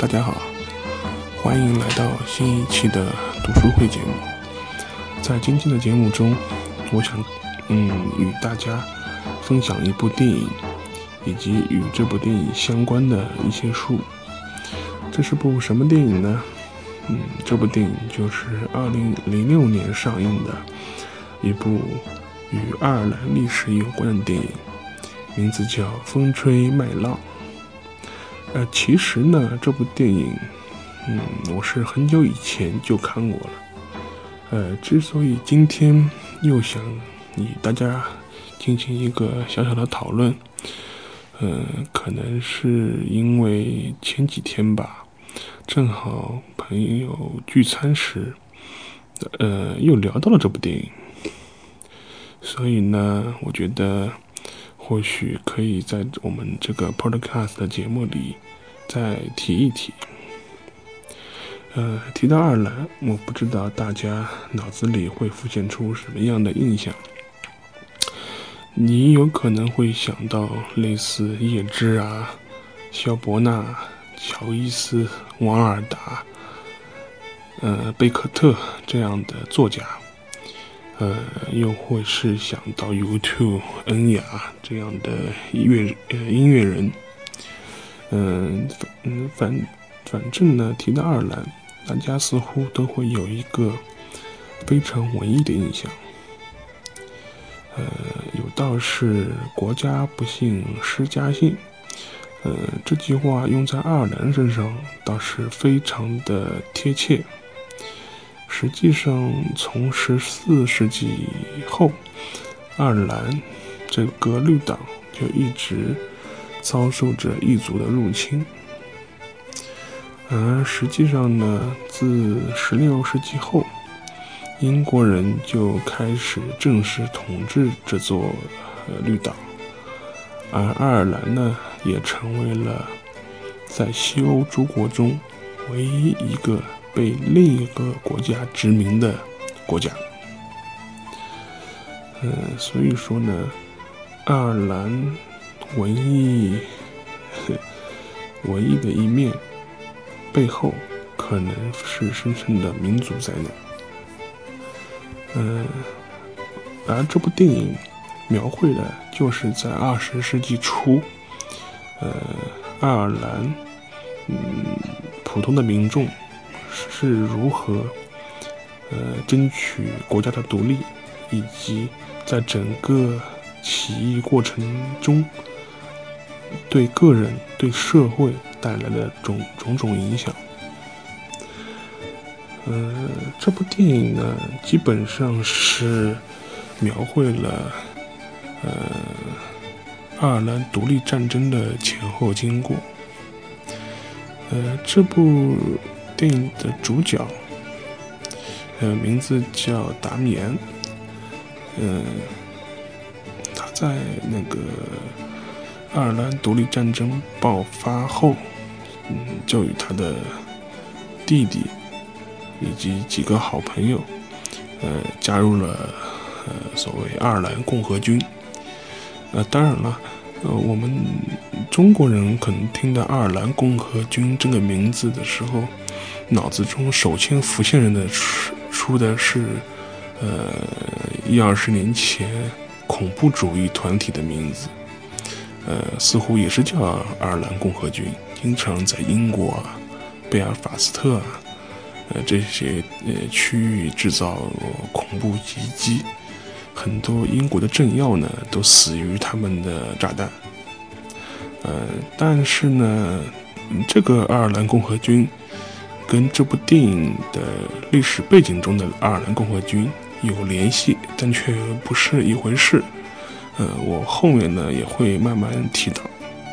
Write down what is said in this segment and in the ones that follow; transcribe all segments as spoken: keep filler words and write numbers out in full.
家好，欢迎来到新一期的读书会节目。在今天的节目中，我想嗯与大家分享一部电影，以及与这部电影相关的一些书。这是部什么电影呢？嗯，这部电影就是二零零六年上映的一部与爱尔兰历史有关的电影，名字叫《风吹麦浪》。呃，其实呢，这部电影，嗯，我是很久以前就看过了。呃，之所以今天又想与大家进行一个小小的讨论，呃，可能是因为前几天吧，正好朋友聚餐时，呃，又聊到了这部电影，所以呢，我觉得或许可以在我们这个 podcast 的节目里再提一提。呃，提到爱尔兰，我不知道大家脑子里会浮现出什么样的印象。你有可能会想到类似叶芝啊、萧伯纳、乔伊斯、王尔达、呃、贝克特这样的作家，呃，又或是想到 U 二 恩雅这样的音乐呃音乐人。嗯嗯，反反正呢，提到爱尔兰，大家似乎都会有一个非常文艺的印象。呃，有道是国家不幸失家幸，呃，这句话用在爱尔兰身上倒是非常的贴切。实际上，从十四世纪后，爱尔兰这个绿岛就一直遭受着异族的入侵，而实际上呢，自十六世纪后，英国人就开始正式统治这座、呃、绿岛，而爱尔兰呢，也成为了在西欧诸国中唯一一个被另一个国家殖民的国家。呃，所以说呢，爱尔兰文艺文艺的一面背后可能是深深的民族灾难。呃，而这部电影描绘的就是在二十世纪初，呃，爱尔兰嗯普通的民众是如何呃争取国家的独立，以及在整个起义过程中对个人、对社会带来的种种种影响。呃，这部电影呢，基本上是描绘了呃爱尔兰独立战争的前后经过。呃，这部电影的主角，呃，名字叫达米安，呃，他在那个爱尔兰独立战争爆发后，嗯，就与他的弟弟以及几个好朋友，呃，加入了呃所谓爱尔兰共和军。呃，当然了，呃，我们中国人可能听到爱尔兰共和军这个名字的时候，脑子中首先浮现人的出的是，呃，一二十年前恐怖主义团体的名字。呃，似乎也是叫爱尔兰共和军，经常在英国啊、贝尔法斯特啊、呃这些呃区域制造恐怖袭击，很多英国的政要呢都死于他们的炸弹。呃，但是呢，这个爱尔兰共和军跟这部电影的历史背景中的爱尔兰共和军有联系，但却不是一回事。呃，我后面呢也会慢慢提到。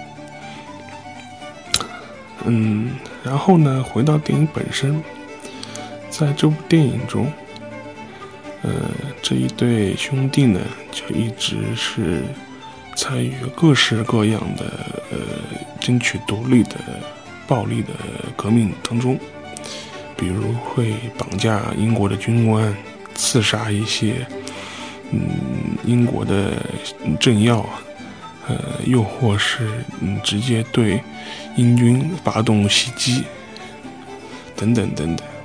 嗯，然后呢，回到电影本身，在这部电影中，呃，这一对兄弟呢，就一直是参与各式各样的呃争取独立的暴力的革命当中，比如会绑架英国的军官，刺杀一些嗯，英国的政要，呃，又或是嗯直接对英军发动袭击， 等等等等。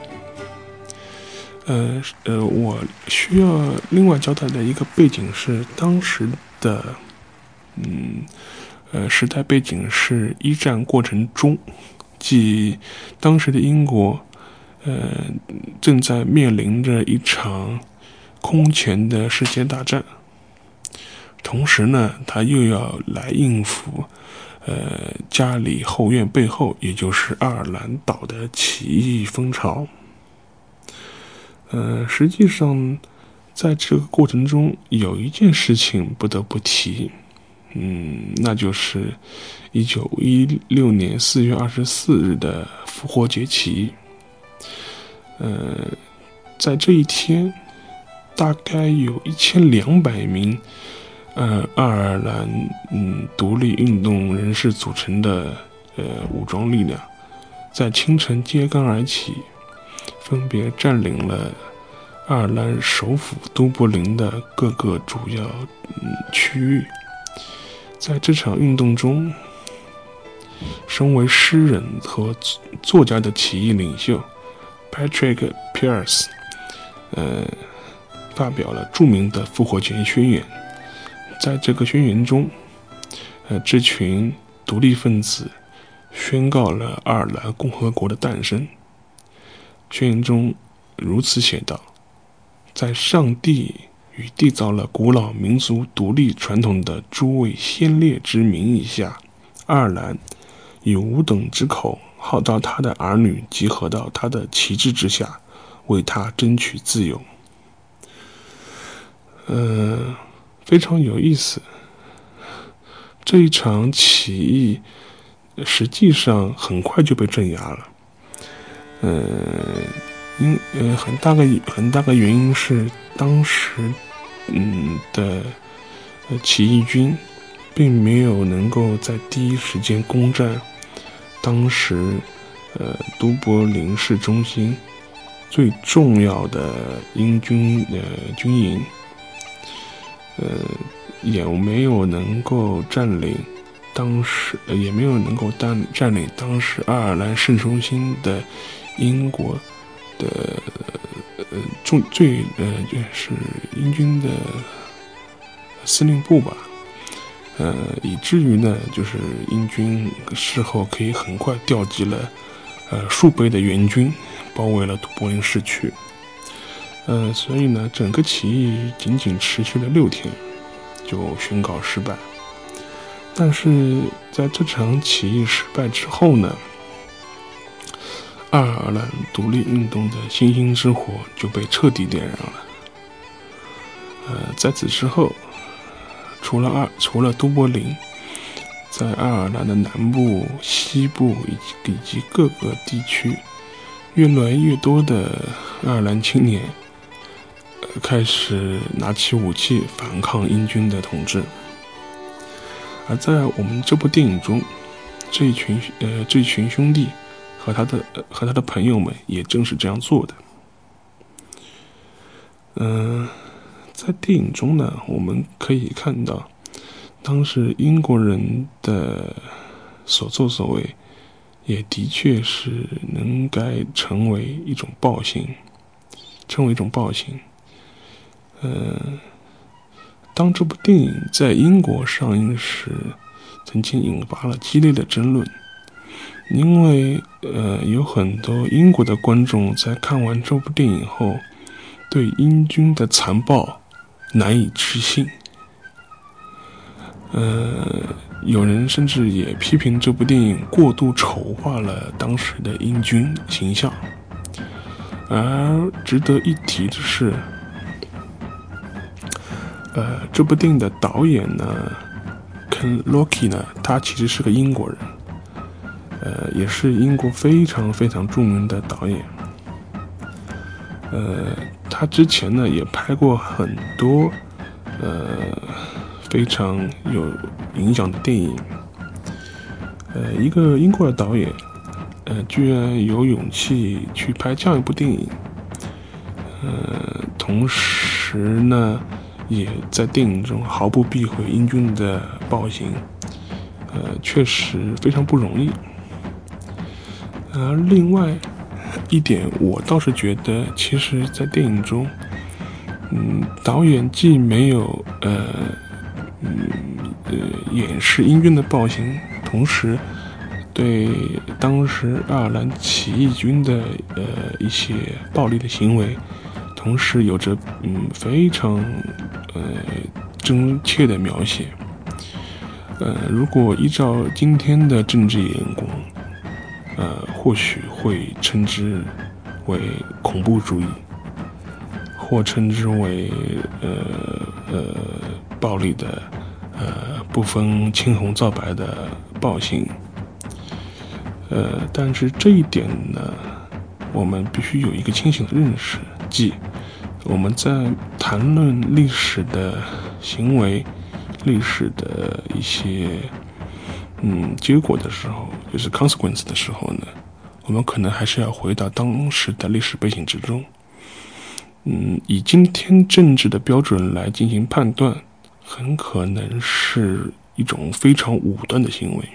呃呃，我需要另外交代的一个背景是，当时的嗯呃时代背景是一战过程中，即当时的英国呃正在面临着一场空前的世界大战，同时呢，他又要来应付呃家里后院背后，也就是爱尔兰岛的起义风潮。呃，实际上，在这个过程中，有一件事情不得不提，嗯，那就是一九一六年四月二十四日的复活节起义。呃，在这一天，大概有一千两百名呃爱尔兰嗯独立运动人士组成的呃武装力量，在清晨揭竿而起。分别占领了爱尔兰首府都柏林的各个主要、嗯、区域。在这场运动中，身为诗人和作家的起义领袖 Patrick Pearse 呃，发表了著名的复活节宣言。在这个宣言中，呃，这群独立分子宣告了爱尔兰共和国的诞生。宣言中如此写道：在上帝与缔造了古老民族独立传统的诸位先烈之名义下，爱尔兰以吾等之口号召他的儿女集合到他的旗帜之下，为他争取自由。呃，非常有意思。这一场起义实际上很快就被镇压了。呃，因呃很大个很大个原因是当时嗯的呃起义军并没有能够在第一时间攻占当时呃都柏林市中心最重要的英军呃军营，呃也没有能够占领当时、呃、也没有能够占占领当时爱尔兰市中心的英国的呃重最呃就是英军的司令部吧，呃以至于呢，就是英军事后可以很快调集了呃数倍的援军，包围了都柏林市区。呃，所以呢，整个起义仅仅持续了六天，就宣告失败。但是在这场起义失败之后呢，爱尔兰独立运动的星星之火就被彻底点燃了。呃，在此之后，除了二除了都柏林，在爱尔兰的南部、西部以及以及各个地区，越来越多的爱尔兰青年、呃、开始拿起武器反抗英军的统治。而在我们这部电影中，这一群呃这一群兄弟和他的、呃、和他的朋友们也正是这样做的。嗯、呃，在电影中呢，我们可以看到，当时英国人的所作所为，也的确是能该成为一种暴行，成为一种暴行。呃，当这部电影在英国上映时，曾经引发了激烈的争论。因为呃，有很多英国的观众在看完这部电影后，对英军的残暴难以置信。呃，有人甚至也批评这部电影过度丑化了当时的英军形象。而值得一提的是，呃，这部电影的导演呢 Ken Loach 呢，他其实是个英国人。呃，也是英国非常非常著名的导演。呃，他之前呢也拍过很多呃非常有影响的电影。呃，一个英国的导演，呃，居然有勇气去拍这样一部电影。呃，同时呢，也在电影中毫不避讳英军的暴行。呃，确实非常不容易。而另外， 一点，我倒是觉得，其实，在电影中，嗯，导演既没有呃，嗯呃掩饰英军的暴行，同时对当时爱尔兰起义军的呃一些暴力的行为，同时有着嗯非常呃真切的描写。呃，如果依照今天的政治眼光，呃，或许会称之为恐怖主义，或称之为呃呃暴力的呃不分青红皂白的暴行。呃，但是这一点呢，我们必须有一个清醒的认识，即我们在谈论历史的行为、历史的一些嗯结果的时候，就是 consequence 的时候呢，我们可能还是要回到当时的历史背景之中。嗯，以今天政治的标准来进行判断，很可能是一种非常武断的行为。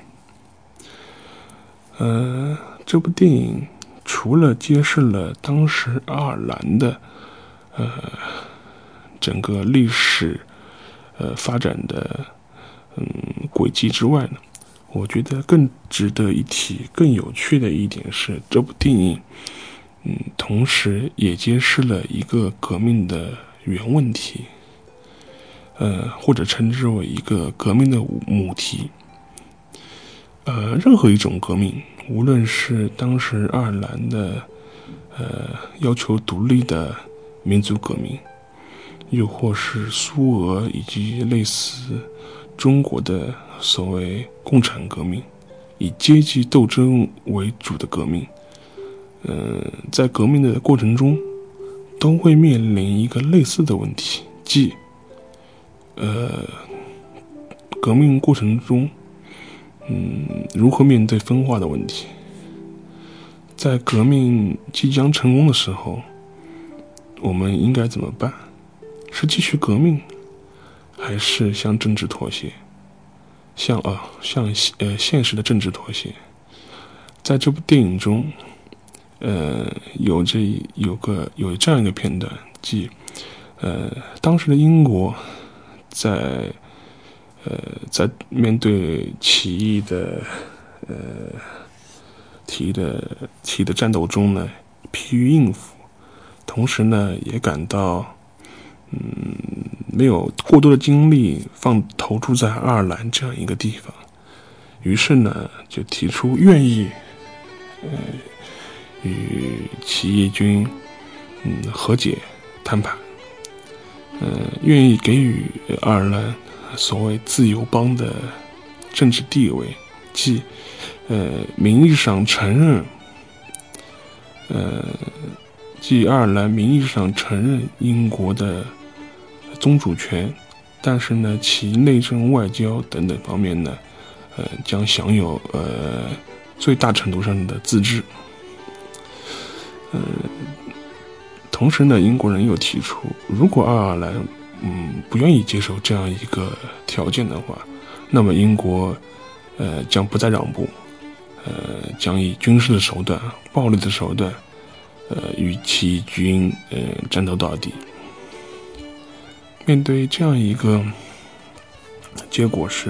呃，这部电影除了揭示了当时爱尔兰的呃整个历史呃发展的嗯轨迹之外呢，我觉得更值得一提、更有趣的一点是，这部电影嗯同时也揭示了一个革命的原问题，呃或者称之为一个革命的母题。呃，任何一种革命，无论是当时爱尔兰的呃要求独立的民族革命，又或是苏俄以及类似中国的所谓共产革命，以阶级斗争为主的革命，呃，在革命的过程中，都会面临一个类似的问题，即呃，革命过程中。嗯，如何面对分化的问题？在革命即将成功的时候，我们应该怎么办？是继续革命，还是向政治妥协？向啊，向呃现实的政治妥协？在这部电影中，呃，有这有个有这样一个片段，即呃当时的英国在。呃，在面对起义的呃起义的起义的战斗中呢，疲于应付，同时呢，也感到嗯没有过多的精力放投注在爱尔兰这样一个地方，于是呢，就提出愿意呃与起义军嗯和解谈判，呃，愿意给予爱尔兰所谓自由邦的政治地位，即呃名义上承认呃即爱尔兰名义上承认英国的宗主权，但是呢其内政外交等等方面呢呃将享有呃最大程度上的自治。呃同时呢，英国人又提出，如果爱尔兰嗯，不愿意接受这样一个条件的话，那么英国，呃，将不再让步，呃，将以军事的手段、暴力的手段，呃，与起义军呃战斗到底。面对这样一个结果是，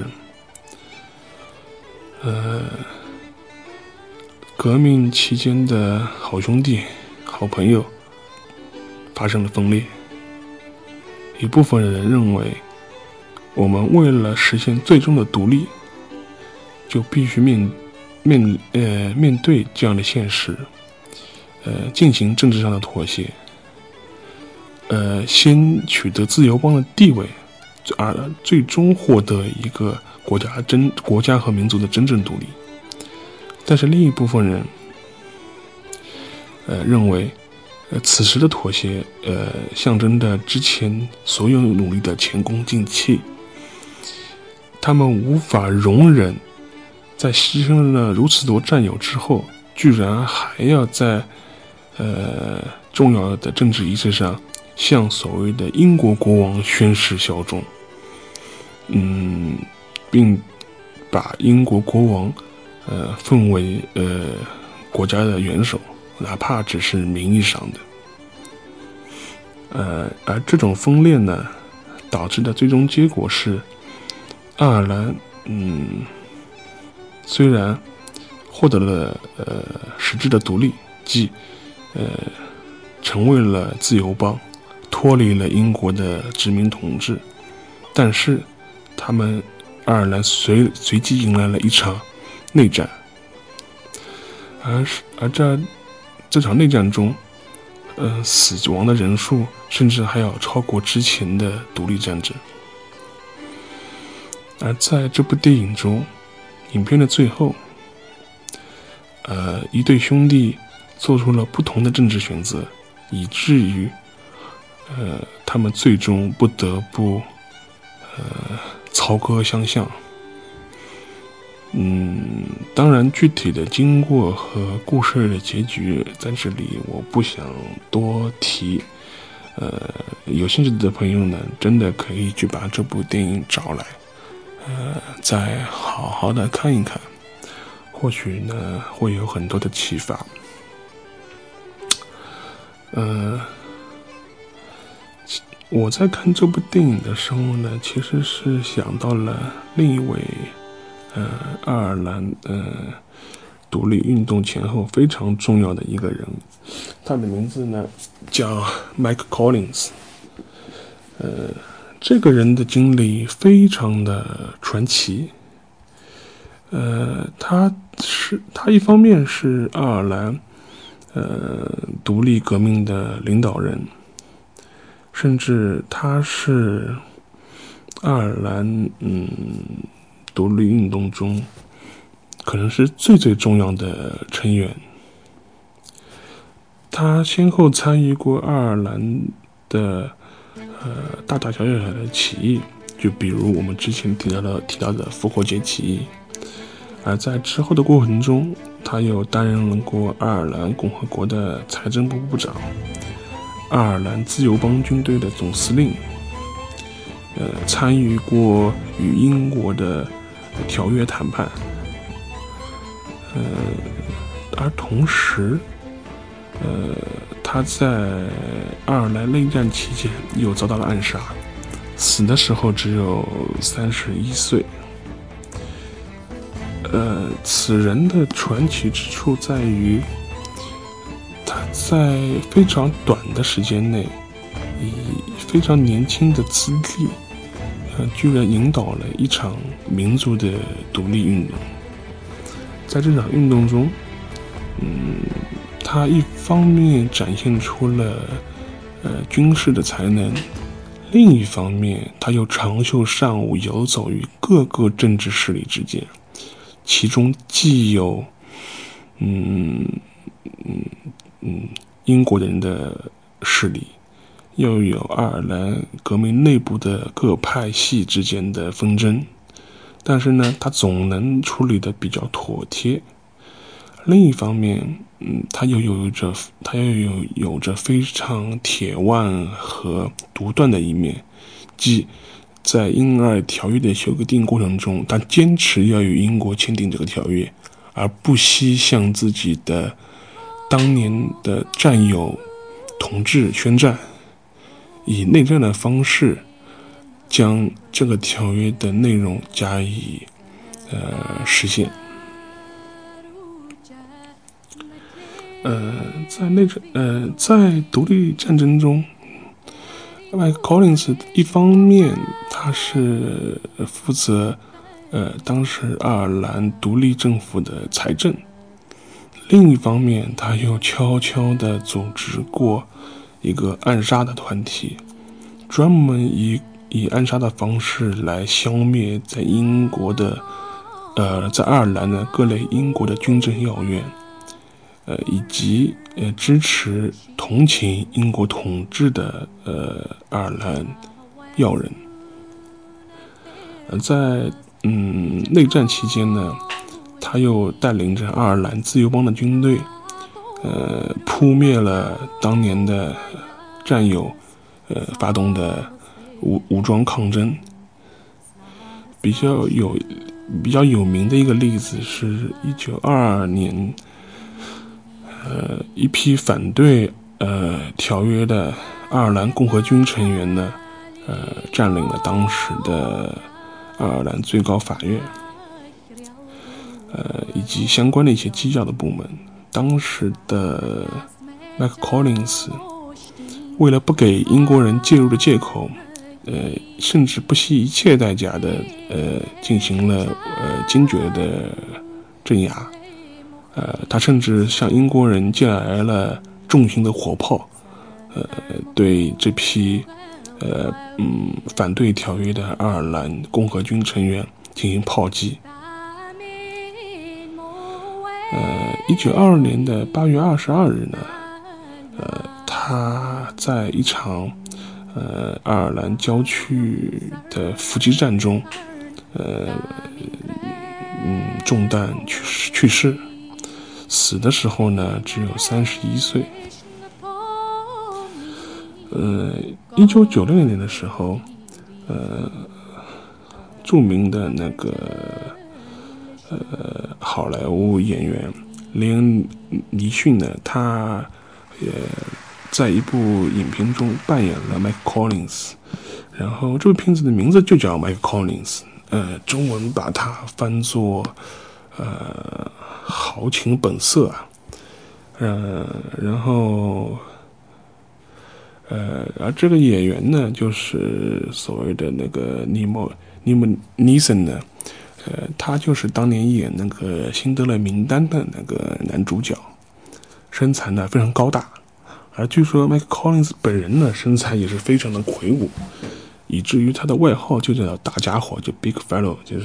呃，革命期间的好兄弟、好朋友发生了分裂。一部分人认为，我们为了实现最终的独立，就必须面面呃面对这样的现实，呃，进行政治上的妥协，呃，先取得自由邦的地位，而最终获得一个国家真国家和民族的真正独立。但是另一部分人，呃，认为。呃，此时的妥协，呃，象征着之前所有努力的前功尽弃。他们无法容忍，在牺牲了如此多战友之后，居然还要在呃重要的政治仪式上向所谓的英国国王宣誓效忠，嗯，并把英国国王呃奉为呃国家的元首。 哪怕只是名义上的。呃，而这种分裂呢，导致的最终结果是，爱尔兰，嗯，虽然获得了呃实质的独立，即呃成为了自由邦，脱离了英国的殖民统治，但是他们爱尔兰随随即迎来了一场内战，而而在这场内战中，呃，死亡的人数甚至还要超过之前的独立战争。而在这部电影中，影片的最后，呃，一对兄弟做出了不同的政治选择，以至于，呃，他们最终不得不，呃，操戈相向。嗯，当然，具体的经过和故事的结局在这里我不想多提。呃，有兴趣的朋友呢，真的可以去把这部电影找来，呃，再好好的看一看，或许呢会有很多的启发。呃，我在看这部电影的时候呢，其实是想到了另一位。呃，爱尔兰呃独立运动前后非常重要的一个人，他的名字呢叫 Mike Collins。呃，这个人的经历非常的传奇。呃，他是他一方面是爱尔兰呃独立革命的领导人，甚至他是爱尔兰嗯。独立运动中可能是最最重要的成员。他先后参与过爱尔兰的呃大大小小的起义，就比如我们之前提到的提到的复活节起义。而在之后的过程中，他又担任了过爱尔兰共和国的财政部部长，爱尔兰自由邦军队的总司令，呃，参与过与英国的条约谈判，呃，而同时，呃，他在爱尔兰内战期间又遭到了暗杀，死的时候只有三十一岁。呃，此人的传奇之处在于，他在非常短的时间内，以非常年轻的资历。居然引导了一场民族的独立运动。在这场运动中，嗯，他一方面展现出了呃军事的才能，另一方面他又长袖善舞，游走于各个政治势力之间，其中既有嗯嗯嗯英国人的势力，又有爱尔兰革命内部的各派系之间的纷争，但是呢，他总能处理的比较妥帖。另一方面，嗯，他又有着他又有有着非常铁腕和独断的一面，即在英爱条约的修订过程中，他坚持要与英国签订这个条约，而不惜向自己的当年的战友同志宣战。以内战的方式将这个条约的内容加以呃实现。呃，在内战呃在独立战争中，麦克· Collins 一方面他是负责呃当时爱尔兰独立政府的财政，另一方面他又悄悄地组织过一个暗杀的团体，专门以以暗杀的方式来消灭在英国的，呃，在爱尔兰的各类英国的军政要员，呃，以及呃支持同情英国统治的呃爱尔兰要人。呃，在嗯内战期间呢，他又带领着爱尔兰自由邦的军队。呃，扑灭了当年的战友，呃，发动的武武装抗争。比较有比较有名的一个例子是，一九二二年， 呃，一批反对呃条约的爱尔兰共和军成员呢，呃，占领了当时的爱尔兰最高法院，呃，以及相关的一些机要的部门。当时的麦克考林斯为了不给英国人介入的借口，呃，甚至不惜一切代价的呃进行了呃坚决的镇压。呃，他甚至向英国人借来了重型的火炮，呃，对这批呃嗯反对条约的爱尔兰共和军成员进行炮击。呃，一九二二年的八月二十二日呢，呃，他在一场呃爱尔兰郊区的伏击战中，呃嗯中弹去世去世。死的时候呢，只有三十一岁。呃，一九九六年的时候，呃，著名的那个呃好莱坞演员雷恩·尼逊呢，他也在一部影片中扮演了麦克考林斯，然后这部片子的名字就叫麦克考林斯，呃，中文把它翻作呃豪情本色啊，呃，然后。呃，而这个演员呢，就是所谓的那个尼莫尼莫尼森呢，呃，他就是当年演那个《辛德勒名单》的那个男主角，身材呢非常高大，而据说麦克考林斯本人呢身材也是非常的魁梧，以至于他的外号就叫大家伙，就 Big Fellow， 就是，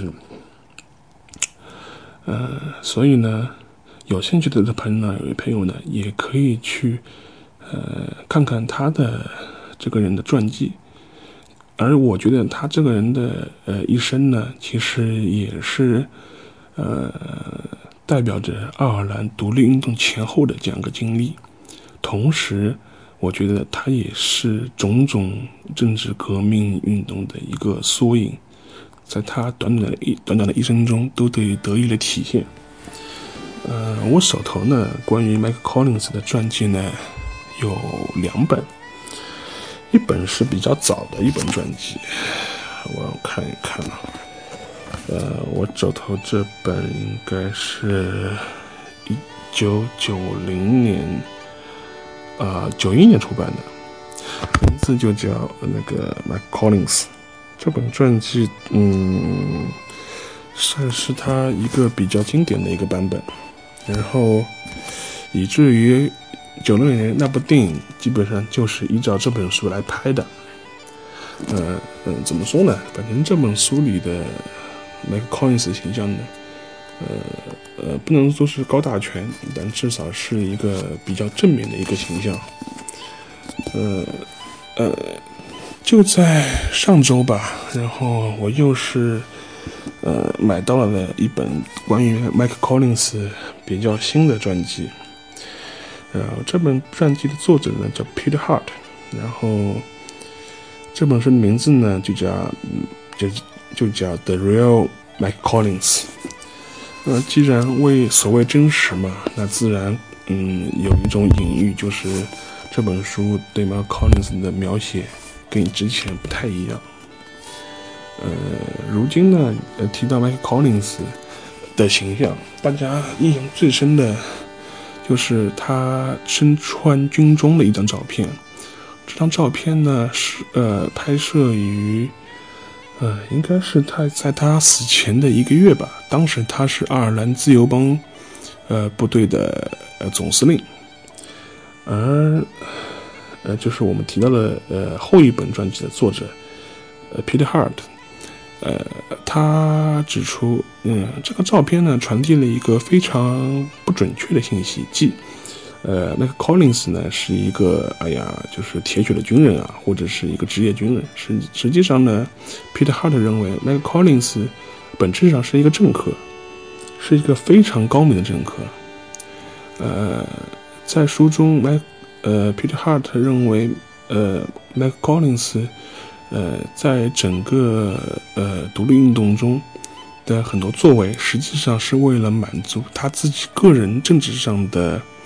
呃，所以呢，有兴趣的朋友呢，有位朋友呢，也可以去。呃，看看他的这个人的传记，而我觉得他这个人的呃一生呢，其实也是呃代表着爱尔兰独立运动前后的这样一个经历，同时，我觉得他也是种种政治革命运动的一个缩影，在他短短的一短短的一生中都得以得以了体现。呃，我手头呢，关于麦克考林斯的传记呢。有两本，一本是比较早的一本传记，我要看一看啊。呃，我手头这本应该是一九九零年，啊九一年出版的，名字就叫那个 Mike Collins。这本传记，嗯，算是他一个比较经典的一个版本，然后以至于。九六年那部电影基本上就是依照这本书来拍的。呃嗯，怎么说呢？反正这本书里的麦克考林斯形象呢，呃呃，不能说是高大全，但至少是一个比较正面的一个形象。呃呃，就在上周吧，然后我又是呃买到了一本关于麦克考林斯比较新的传记。呃，这本传记的作者呢叫 Peter Hart， 然后这本书的名字呢就叫就就叫 The Real Mike Collins。呃，既然为所谓真实嘛，那自然嗯有一种隐喻，就是这本书对 Mike Collins 的描写跟之前不太一样。呃，如今呢，呃提到 Mike Collins 的形象，大家印象最深的。就是他身穿军装的一张照片，这张照片呢是呃拍摄于呃应该是他在他死前的一个月吧。当时他是爱尔兰自由邦呃部队的呃总司令，而呃就是我们提到了呃后一本传记的作者呃 Peter Hart， 呃他指出，嗯，这个照片呢传递了一个非常不准确的信息，即，呃，那个 Collins 呢是一个，哎呀，就是铁血的军人啊，或者是一个职业军人。实实际上呢 ，Peter Hart 认为那个 Collins 本质上是一个政客，是一个非常高明的政客。呃，在书中，麦呃 Peter Hart 认为，呃，那个 Collins。呃，在整个呃独立运动中的很多作为，实际上是为了满足他自己个人政治上的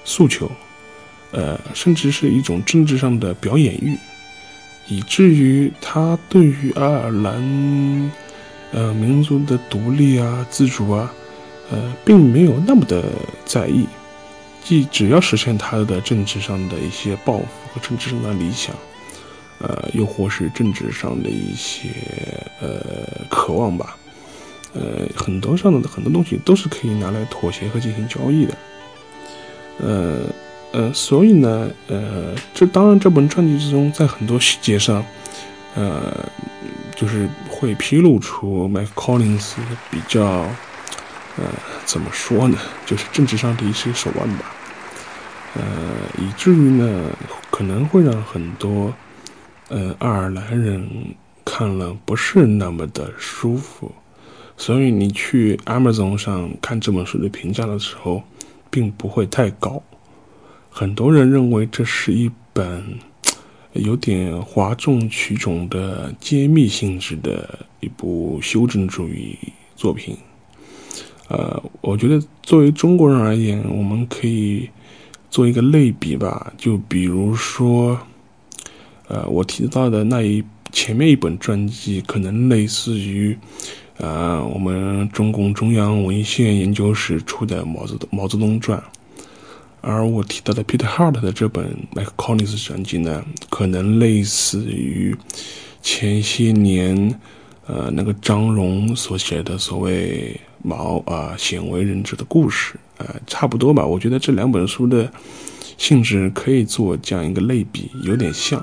诉求，呃，甚至是一种政治上的表演欲，以至于他对于爱尔兰呃民族的独立啊、自主啊，呃，并没有那么的在意。即只要实现他的政治上的一些抱负和政治上的理想，呃，又或是政治上的一些呃渴望吧，呃，很多上的很多东西都是可以拿来妥协和进行交易的。呃呃，所以呢，呃，这当然这本传记之中，在很多细节上，呃，就是会披露出麦克考林斯比较，呃，怎么说呢，就是政治上的一些手腕吧。呃，以至于呢，可能会让很多呃爱尔兰人看了不是那么的舒服，所以你去 Amazon 上看这本书的评价的时候，并不会太高。很多人认为这是一本有点哗众取宠的揭秘性质的一部修正主义作品。呃，我觉得作为中国人而言，我们可以做一个类比吧，就比如说，呃，我提到的那一前面一本传记，可能类似于，呃，我们中共中央文献研究室出的毛泽东毛泽东传，而我提到的 Peter Hart 的这本麦克考林斯传记呢，可能类似于前些年，呃，那个张荣所写的所谓毛啊鲜为人知的故事。呃，差不多吧。我觉得这两本书的性质可以做这样一个类比，有点像。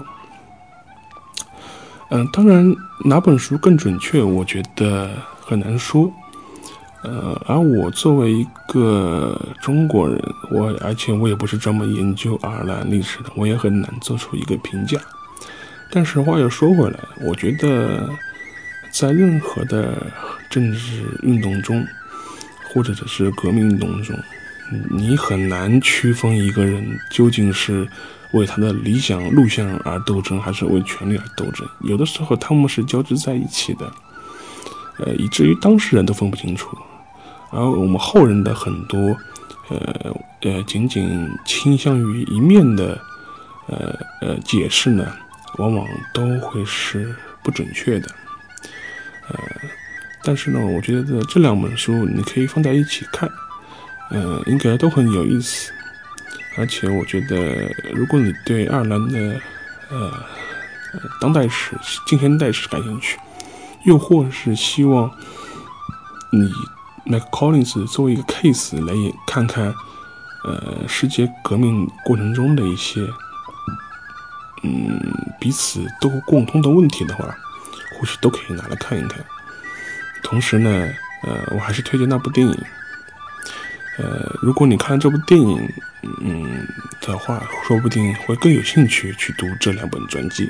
嗯、呃，当然哪本书更准确，我觉得很难说。呃，而我作为一个中国人，我而且我也不是专门研究爱尔兰历史的，我也很难做出一个评价。但是话又说回来，我觉得在任何的政治运动中，或者是革命运动中，你很难区分一个人究竟是为他的理想路线而斗争，还是为权力而斗争。有的时候他们是交织在一起的，呃，以至于当事人都分不清楚。而我们后人的很多，呃呃，仅仅倾向于一面的，呃呃解释呢，往往都会是不准确的，呃。但是呢，我觉得这两本书你可以放在一起看，呃，应该都很有意思。而且我觉得，如果你对爱尔兰的呃当代史、近现代史感兴趣，又或是希望你 Mac Collins 作为一个 case 来看看，呃，世界革命过程中的一些嗯彼此都共通的问题的话，或许都可以拿来看一看。同时呢，呃，我还是推荐那部电影。呃，如果你看这部电影，嗯的话，说不定会更有兴趣去读这两本传记。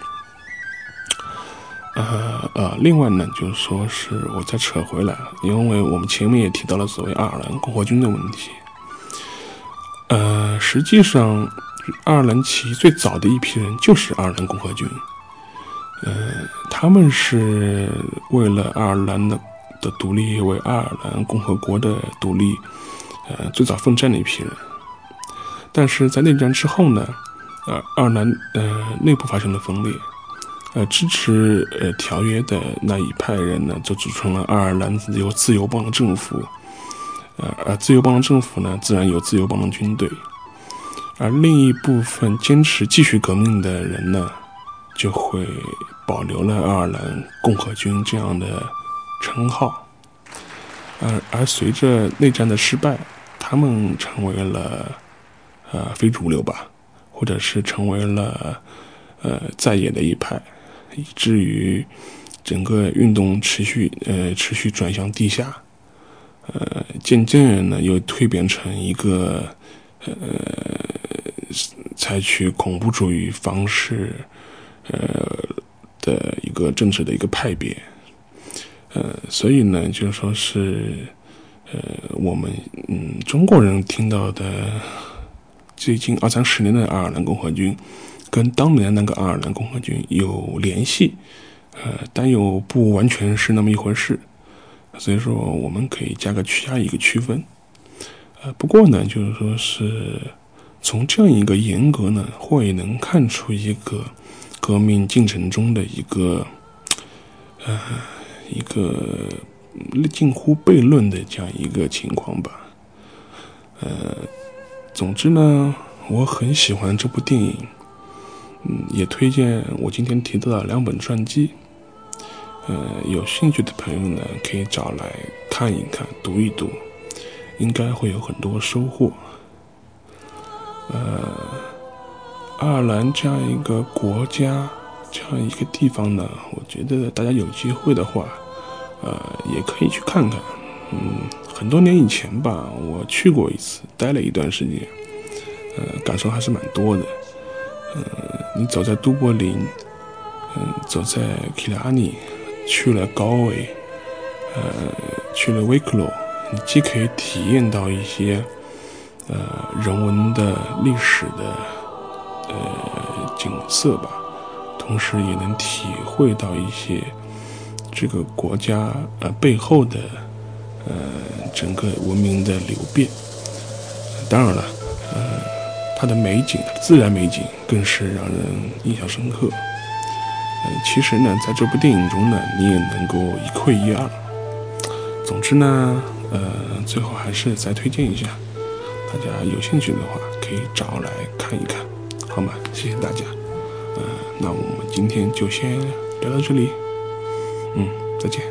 呃呃，另外呢，就是说是我再扯回来，因为我们前面也提到了所谓爱尔兰共和军的问题。呃，实际上，爱尔兰起义最早的一批人就是爱尔兰共和军。呃，他们是为了爱尔兰的的独立，为爱尔兰共和国的独立，呃，最早奋战的一批人。但是在内战之后呢，呃，爱尔兰呃内部发生了分裂，呃，支持呃条约的那一派人呢，就组成了爱尔兰自由自由邦的政府，呃，而自由邦的政府呢，自然有自由邦的军队，而另一部分坚持继续革命的人呢，就会保留了爱尔兰共和军这样的称号，而而随着内战的失败，他们成为了呃非主流吧，或者是成为了呃在野的一派，以至于整个运动持续呃持续转向地下，呃渐渐呢又蜕变成一个呃采取恐怖主义方式呃的一个政治的一个派别，呃，所以呢，就说是，呃，我们嗯中国人听到的最近二三十年的爱尔兰共和军，跟当年那个爱尔兰共和军有联系，呃，但又不完全是那么一回事，所以说我们可以加个加一个区分，呃，不过呢，就是说是， 从这样一个严格呢，或也能看出一个革命进程中的一个呃一个近乎悖论的这样一个情况吧。呃，总之呢，我很喜欢这部电影，嗯，也推荐我今天提到的两本传记。呃，有兴趣的朋友呢，可以找来看一看，读一读，应该会有很多收获。呃，爱尔兰这样一个国家，这样一个地方呢，我觉得大家有机会的话，呃，也可以去看看。嗯，很多年以前吧，我去过一次，待了一段时间，呃，感受还是蛮多的。呃，你走在都柏林，嗯、呃，走在基拉尼，去了高维，呃，去了威克罗，你既可以体验到一些呃人文的历史的呃景色吧，同时也能体会到一些这个国家呃背后的呃整个文明的流变。当然了，呃，它的美景，它的自然美景更是让人印象深刻。呃，其实呢，在这部电影中呢，你也能够一窥一二。总之呢，呃，最后还是再推荐一下，大家有兴趣的话可以找来看一看，好吗？谢谢大家。呃，那我们今天就先聊到这里，嗯，再见。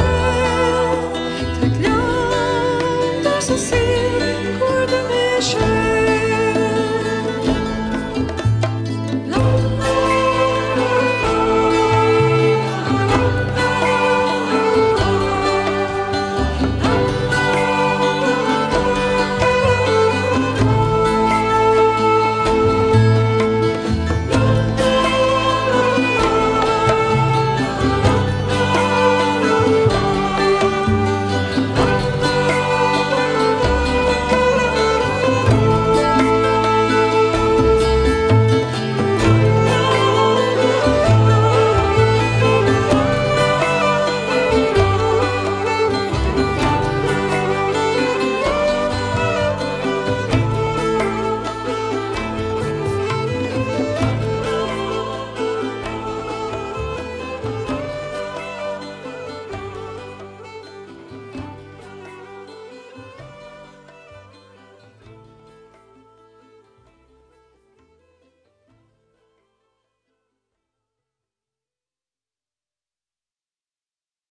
Sen går det med